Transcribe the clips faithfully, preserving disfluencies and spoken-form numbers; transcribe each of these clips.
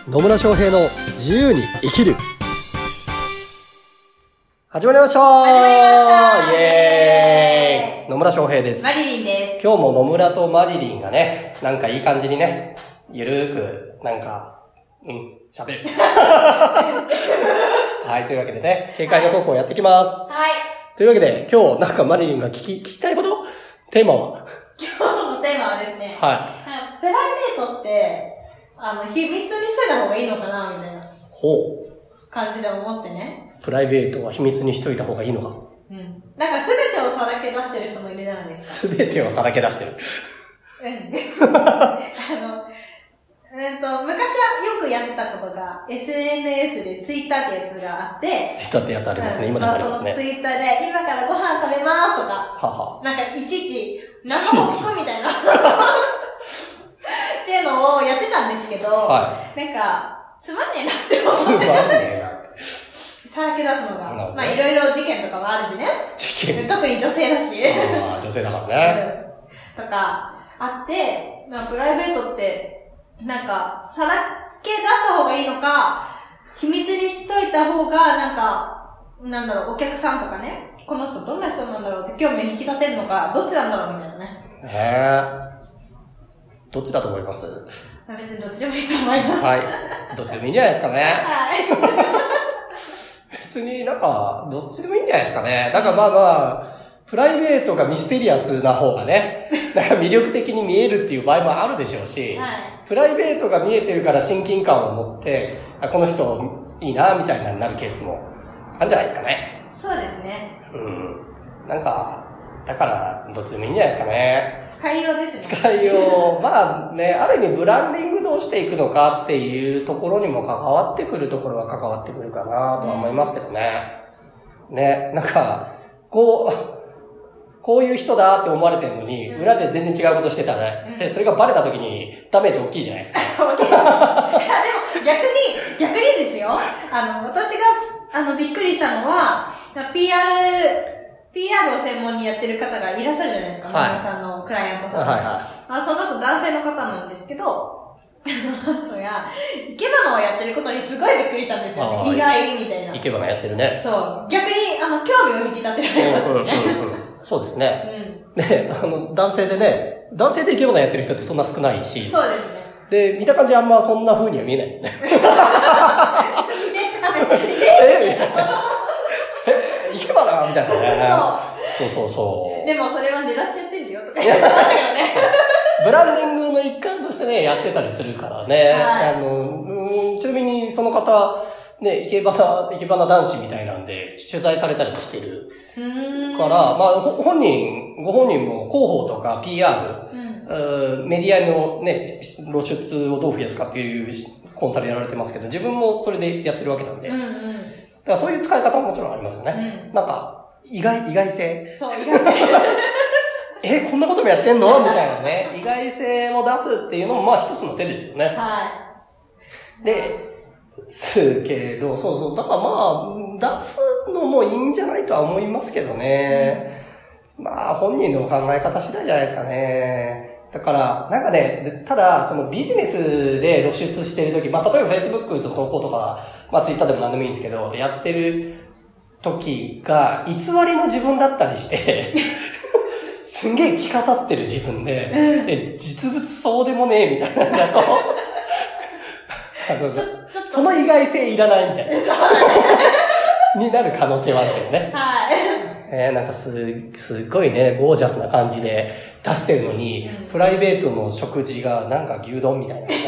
野村翔平の自由に生きる。始まりました始まりましたイエーイ。野村翔平です。 マリリンです。 今日も野村とマリリンがね、なんかいい感じにね、ゆるーく、なんか、うん、喋る。はい、というわけでね、軽快なトークをやっていきます。 はい。 というわけで、今日なんかマリリンが聞き、聞きたいこと？テーマは？ 今日のテーマはですね、 はい。 プライベートって、あの、秘密にしといた方がいいのかなみたいなほう。 感じで思ってね。 プライベートは秘密にしといた方がいいのか。 うん。なんか全てをさらけ出してる人もいるじゃないですか。全てをさらけ出してる。 うん。あの、えっと、昔はよくやってたことが エスエヌエス でツイッターってやつがあって、 ツイッターってやつありますね。 うん、 今でもありますね。 まあ、そのツイッターで今からご飯食べますとか、 ははなんかいちいち生持ち込みたいなっていうのをやってたんですけど、はい、なんかつまんねえなって思って。つまんねえなって。さらけ出すのが、まあいろいろ事件とかもあるしね。事件。特に女性だし。 ああ、女性だからね。 うん、とかあって、まあプライベートってなんかさらけ出した方がいいのか、秘密にしといた方がなんかなんだろう、お客さんとかね。この人どんな人なんだろうって興味引き立てるのか、どっちなんだろうみたいなね。 へぇー。どっちだと思います？ 別にどっちでもいいと思います。 はい。どっちでもいいんじゃないですかね。 はい。 別になんか、どっちでもいいんじゃないですかね。なんかまあまあ、プライベートがミステリアスな方がね、なんか魅力的に見えるっていう場合もあるでしょうし、はい、プライベートが見えてるから親近感を持って、あ、この人いいな、みたいなになるケースもあるんじゃないですかね。 そうですね。 うん。なんか、だから、どっちでもいいんじゃないですかね。 使いようですね。 使いよう。まあね、ある意味ブランディングどうしていくのかっていうところにも関わってくるところは関わってくるかなとは思いますけどね。うん、ね、なんか、こう、こういう人だって思われてるのに、うん、裏で全然違うことしてたね、うん。で、それがバレた時にダメージ大きいじゃないですか。 大きいです。いや、でも逆に、逆にですよ。あの、私が、あの、びっくりしたのは、ピーアール、ピーアール を専門にやってる方がいらっしゃるじゃないですか。はい、皆さんのクライアントさんが。はいはい、まあ、その人男性の方なんですけど、その人が、生け花をやってることにすごいびっくりしたんですよね。意外みたいな。 生け花やってるね。 そう。逆に、あの、興味を引き立てられましたね。 うんうんうん、そうですね。うん、ね、あの、男性でね、男性で生け花やってる人ってそんな少ないし。 そうですね。 で、見た感じあんまそんな風には見えないよね。えみたいな。え、生け花みたいなね。そう。そうそうそう。 でもそれは狙ってやってんだよとか言ってましたけどね。 ブランディングの一環としてね、やってたりするからね。はい、あの、うん、ちなみにその方、ね、生け花、生け花男子みたいなんで、取材されたりもしてる。から、まあ、本人、ご本人も広報とか ピーアール、うん、メディアのね、露出をどう増やすかっていうコンサルやられてますけど、自分もそれでやってるわけなんで。うんうん、だからそういう使い方ももちろんありますよね。うん、なんか、意外、意外性。 そう、意外性。 え、こんなこともやってんのみたいなね。意外性を出すっていうのも、まあ一つの手ですよね。 はい。 で、すけど、そうそう。だからまあ、出すのもいいんじゃないとは思いますけどね。うん、まあ、本人の考え方次第じゃないですかね。だから、なんかね、ただ、そのビジネスで露出してるとき、まあ例えば Facebook の投稿とか、まあ Twitter でも何でもいいんですけど、やってる時が偽りの自分だったりしてすんげえ着飾ってる自分で、え、実物そうでもねえみたいなのあのちょちょその意外性いらないみたいなになる可能性はあるけどね。 はい。 えー、なんかす、すっごいね、ゴージャスな感じで出してるのに、うん、プライベートの食事がなんか牛丼みたいなね。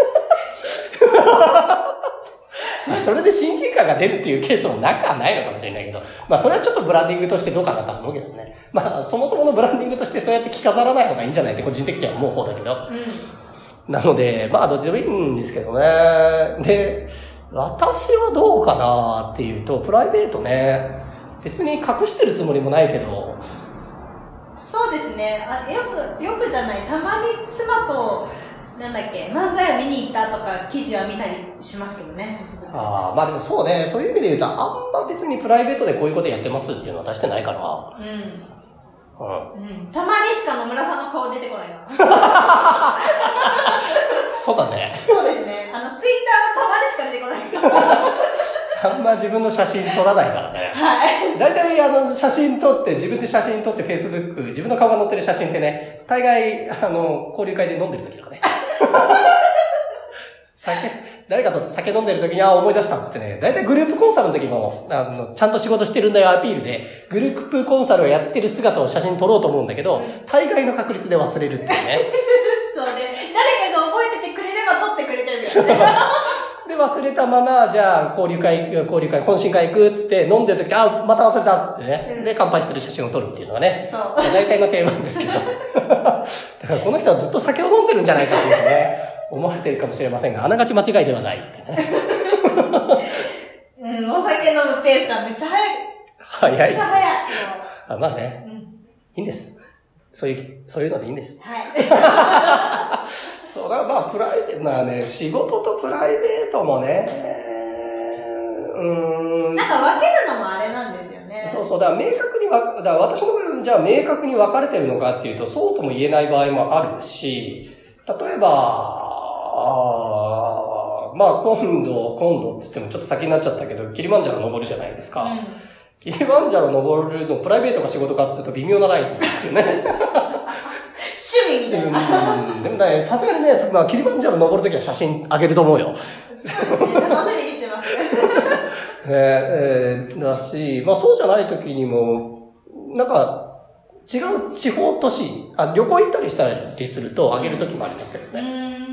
それで親近感が出るっていうケースもなくはないのかもしれないけど、まあそれはちょっとブランディングとしてどうかなと思うけどね。まあそもそものブランディングとしてそうやって着飾らない方がいいんじゃないって個人的には思う方だけど。うん、なので、まあどっちでもいいんですけどね。で、私はどうかなっていうと、プライベートね、別に隠してるつもりもないけど。 そうですね。あ、よく、よくじゃない。たまに妻と、なんだっけ、漫才を見に行ったとか記事は見たりしますけどね。 ああ、まあでもそうね、そういう意味で言うと、あんま別にプライベートでこういうことやってますっていうのは出してないから。 うん。うん。たまにしか野村さんの顔出てこないから。 そうだね。 そうですね。あの、 ツイッターはたまにしか出てこない。 あんま自分の写真撮らないからね。 はい。 大体あの写真撮って、自分で写真撮って Facebook、自分の顔が載ってる写真ってね、大概あの、交流会で飲んでる時とかね。酒、誰かと酒飲んでる時に、あ、思い出したっつってね、大体グループコンサルの時も、あの、ちゃんと仕事してるんだよアピールで、グループコンサルをやってる姿を写真撮ろうと思うんだけど、大概の確率で忘れるっていうね。 そうね。誰かが覚えててくれれば撮ってくれてるんですよね。 で、忘れたまま、じゃあ、交流会、交流会、懇親会行くっつって、飲んでる時、あ、また忘れたっつってね、うん。で、乾杯してる写真を撮るっていうのはね。 そう。 大体の定番ですけど。だからこの人はずっと酒を飲んでるんじゃないかっていうね、思われてるかもしれませんが、あながち間違いではないってね。 うん、お酒飲むペースはめっちゃ早い。 早い。 めっちゃ早い。 あ、まあね、 うん。いいいんです。そういう、そういうのでいいんです。 はい。 そうだからまあ、プライベートなね、仕事とプライベートもね、うーん。 なんか分けるのもあれなんですよね。 そうそう。だから明確にわか、だから私の場合はじゃあ明確に分かれてるのかっていうと、そうとも言えない場合もあるし、例えば、あまあ今度、今度っつってもちょっと先になっちゃったけど、キリマンジャロ登るじゃないですか。うん、キリマンジャロ登るのプライベートか仕事かっつうと微妙なラインですよね。 趣味みたいな。 うん、でもね、さすがにね、まあ、キリマンジャロ登るときは写真あげると思うよ。 そうですね。楽しみにしてます。 ねえー、だし、まあそうじゃないときにも、なんか、違う地方都市、あ、旅行行ったりしたりするとあげるときもありますけどね。 うん。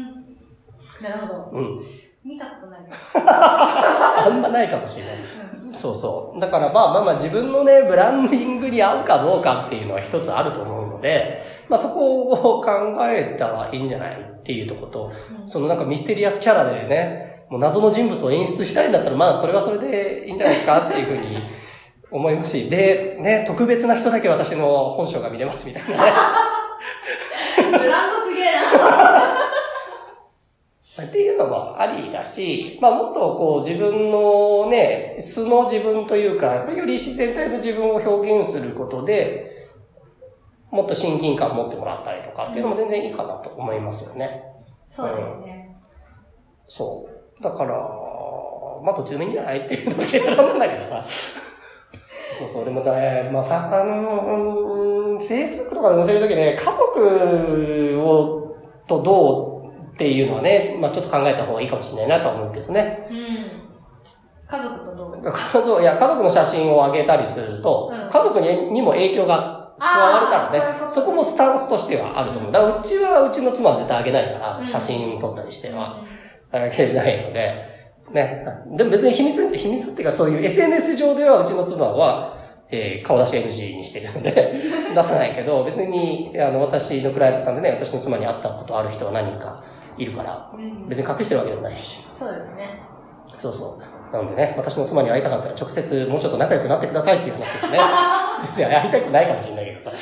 なるほど。 うん。 見たことない。 あんまないかもしれない。うん、そうそう。だからまあまあまあ自分のね、ブランディングに合うかどうかっていうのは一つあると思うので、まあそこを考えたらいいんじゃないっていうところと、うん、そのなんかミステリアスキャラでね、もう謎の人物を演出したいんだったらまあそれはそれでいいんじゃないですかっていうふうに思いますし、で、ね、特別な人だけ私の本性が見れますみたいなね。 ブランドすげえな。 っていうのもありだし、まあもっとこう自分のね、素の自分というか、より自然体の自分を表現することで、もっと親近感を持ってもらったりとかっていうのも全然いいかなと思いますよね。 そうですね。 うん、そう。だから、まあどっちでもいいんじゃないっていうのが結論なんだけどさ。そうそう。でもね、まあさ、あのー、Facebook とかで載せるときね、家族を、とどうっていうのはね、まあちょっと考えた方がいいかもしれないなとは思うけどね。 うん。家族とどう？ 家族、いや、家族の写真を上げたりすると、うん、家族ににも影響が加わるからね。そういうそこもスタンスとしてはあると思う。だからうちはうちの妻は絶対上げないから、うん、写真撮ったりしては、うん、上げないので、ね。でも別に秘密、秘密っていうかそういう エスエヌエス 上ではうちの妻は、えー、顔出し エヌジー にしてるので、出さないけど、別に、あの、私のクライアントさんでね、私の妻に会ったことある人は何人かいるから、別に隠してるわけでもないし。 そうですね。 そうそう。なのでね、私の妻に会いたかったら直接もうちょっと仲良くなってくださいっていう話ですね。別に会いたくないかもしれないけどさ。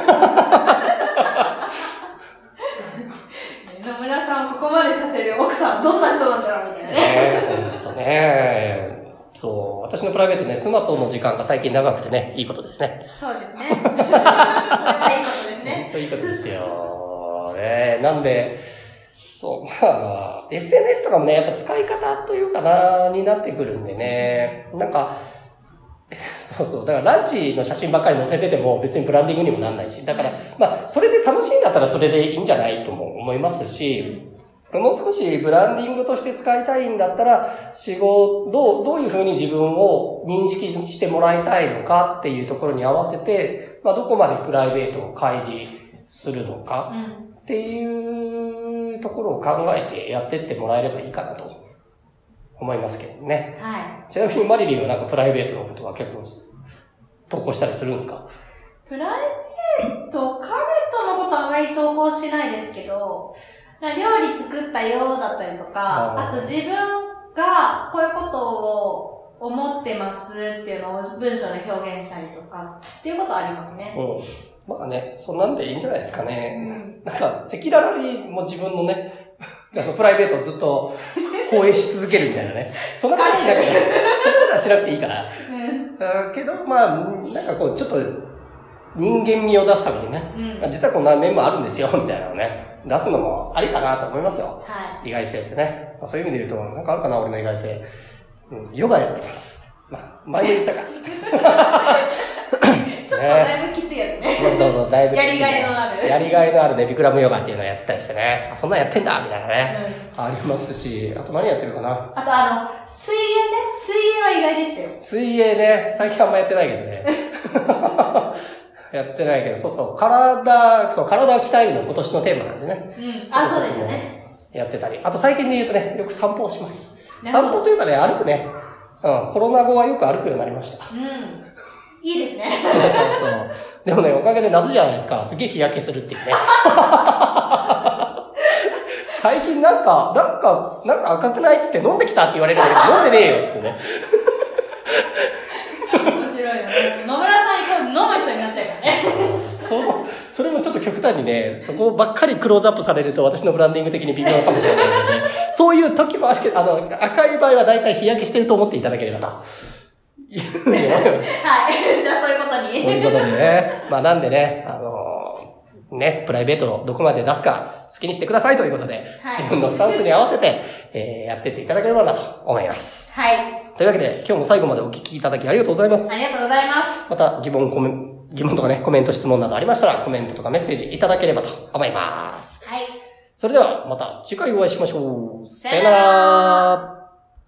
野村さんをここまでさせる奥さんどんな人なんだろうみたいなね。 ねほんとね。そう。私のプライベートね、妻との時間が最近長くてね、いいことですね。 そうですね。それはいいことですね。 いいことですよ。ね、なんで、そう、まあ、エスエヌエス とかもね、やっぱ使い方というかな、になってくるんでね、なんか、そうそう、だからランチの写真ばっかり載せてても別にブランディングにもなんないし、だから、まあ、それで楽しいんだったらそれでいいんじゃないとも思いますし、もう少しブランディングとして使いたいんだったら、仕事、どう、どういうふうに自分を認識してもらいたいのかっていうところに合わせて、まあ、どこまでプライベートを開示するのかっていうところを考えてやってってもらえればいいかなと思いますけどね。 はい。 ちなみにマリリンはなんかプライベートのことは結構投稿したりするんですか？ プライベート、彼とのことはあまり投稿しないですけど、料理作ったよだったりとか、あと自分がこういうことを思ってますっていうのを文章で表現したりとかっていうことはありますね。 うん。まあね、そんなんでいいんじゃないですかね。うん、なんか、赤裸々にも自分のね、プライベートをずっと放映し続けるみたいなね。そんなことはしなくていい。そんなことはしなくていいから。うん、だけど、まあ、なんかこう、ちょっと、 人間味を出すためにね、 うん、 実はこんな面もあるんですよ、みたいなのをね、出すのもありかなと思いますよ。 はい。 意外性ってね。そういう意味で言うと、なんかあるかな、俺の意外性。うん、ヨガやってます。まあ、前も言ったから。 ちょっとだいぶきついやつね。 どうぞ、だいぶ。 やりがいのある。 やりがいのあるね、ビクラムヨガっていうのをやってたりしてね。あ、そんなんやってんだみたいなね、 うん。 ありますし、あと何やってるかな。 あとあの、水泳ね。水泳は意外でしたよ。 水泳ね、最近あんまやってないけどね。やってないけど、そうそう、体、そう、体を鍛えるの今年のテーマなんでね。 うん。あ、そうでしたね。 やってたり。あと最近で言うとね、よく散歩をします。散歩というかね、歩くね。うん、コロナ後はよく歩くようになりました。 うん。いいですね。 そうそうそう。でもね、おかげで夏じゃないですか。すげえ日焼けするっていうね。最近なんか、なんか、なんか赤くないっつって飲んできたって言われるんだけど、飲んでねえよっつってね。 面白いよね。野村さんイコール飲む人になったよね。 そう、それもちょっと極端にね、そこばっかりクローズアップされると私のブランディング的に微妙かもしれないので、そういう時もあるけど、あの、赤い場合は大体日焼けしてると思っていただければと。はい。じゃあそういうことに。 そういうことでね。まあなんでね、あの、ね、プライベートをどこまで出すか好きにしてくださいということで、はい、自分のスタンスに合わせて、えー、やってっていただければなと思います。 はい。 というわけで、今日も最後までお聞きいただきありがとうございます。 ありがとうございます。 また疑問、コメ疑問とかね、コメント、質問などありましたら、コメントとかメッセージいただければと思います。 はい。 それでは、また次回お会いしましょう。さよなら。